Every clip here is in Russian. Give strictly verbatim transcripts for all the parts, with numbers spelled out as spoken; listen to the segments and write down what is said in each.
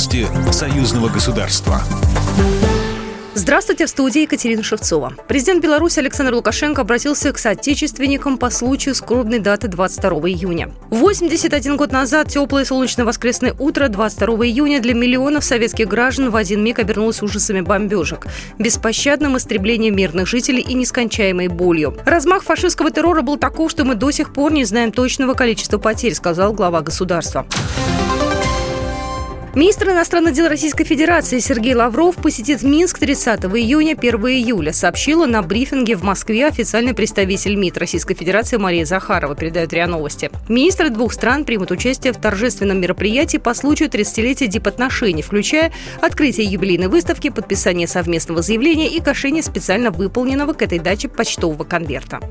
Новости союзного государства. Здравствуйте, в студии Екатерина Шевцова. Президент Беларуси Александр Лукашенко обратился к соотечественникам по случаю скорбной даты двадцать второго июня. восемьдесят один год назад теплое солнечное воскресное утро двадцать второго июня для миллионов советских граждан в один миг обернулось ужасами бомбежек, беспощадным истреблением мирных жителей и нескончаемой болью. Размах фашистского террора был таков, что мы до сих пор не знаем точного количества потерь, сказал глава государства. Министр иностранных дел Российской Федерации Сергей Лавров посетит Минск тридцатого июня - первого июля, сообщила на брифинге в Москве официальный представитель МИД Российской Федерации Мария Захарова, передает РИА Новости. Министры двух стран примут участие в торжественном мероприятии по случаю тридцатилетия дипотношений, включая открытие юбилейной выставки, подписание совместного заявления и кашение специально выполненного к этой дате почтового конверта.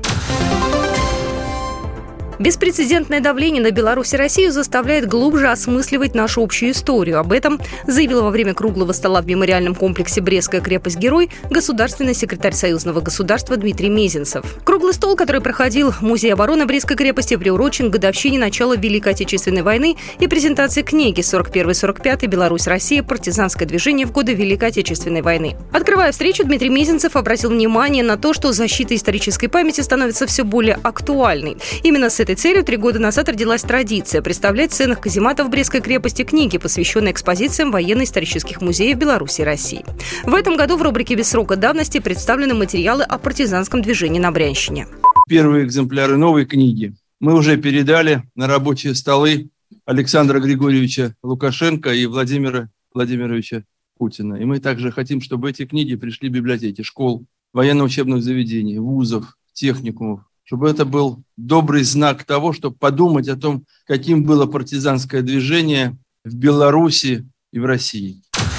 Беспрецедентное давление на Беларусь и Россию заставляет глубже осмысливать нашу общую историю. Об этом заявила во время круглого стола в мемориальном комплексе «Брестская крепость-герой» государственный секретарь союзного государства Дмитрий Мезенцев. Круглый стол, который проходил в Музее обороны Брестской крепости, приурочен к годовщине начала Великой Отечественной войны и презентации книги сорок первый сорок пятый «Беларусь-Россия. Партизанское движение в годы Великой Отечественной войны». Открывая встречу, Дмитрий Мезенцев обратил внимание на то, что защита исторической памяти становится все более актуальной. Именно с этой целью три года назад родилась традиция представлять в сценах казематов Брестской крепости книги, посвященные экспозициям военно-исторических музеев Беларуси и России. В этом году в рубрике «Без срока давности» представлены материалы о партизанском движении на Брянщине. Первые экземпляры новой книги мы уже передали на рабочие столы Александра Григорьевича Лукашенко и Владимира Владимировича Путина. И мы также хотим, чтобы эти книги пришли в библиотеки школ, военно-учебных заведений, вузов, техникумов, чтобы это был добрый знак того, чтобы подумать о том, каким было партизанское движение в Беларуси и в России.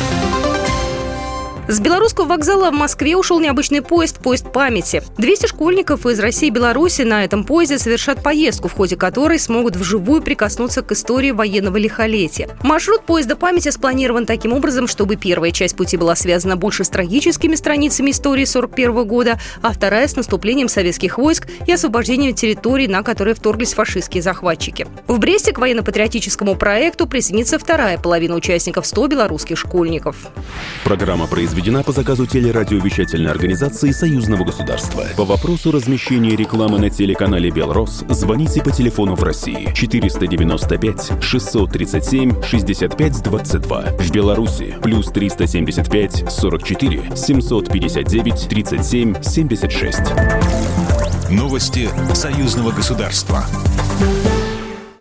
С белорусского вокзала в Москве ушел необычный поезд «Поезд памяти». двести школьников из России и Беларуси на этом поезде совершат поездку, в ходе которой смогут вживую прикоснуться к истории военного лихолетия. Маршрут поезда памяти спланирован таким образом, чтобы первая часть пути была связана больше с трагическими страницами истории сорок первого года, а вторая – с наступлением советских войск и освобождением территорий, на которые вторглись фашистские захватчики. В Бресте к военно-патриотическому проекту присоединится вторая половина участников – сто белорусских школьников. Программа произведена по заказу телерадиовещательной организации Союзного государства. По вопросу размещения рекламы на телеканале «Белрос» звоните по телефону в России четыреста девяносто пять шестьсот тридцать семь шестьдесят пять двадцать два. В Беларуси плюс триста семьдесят пять сорок четыре семьсот пятьдесят девять тридцать семь семьдесят шесть. Новости Союзного государства.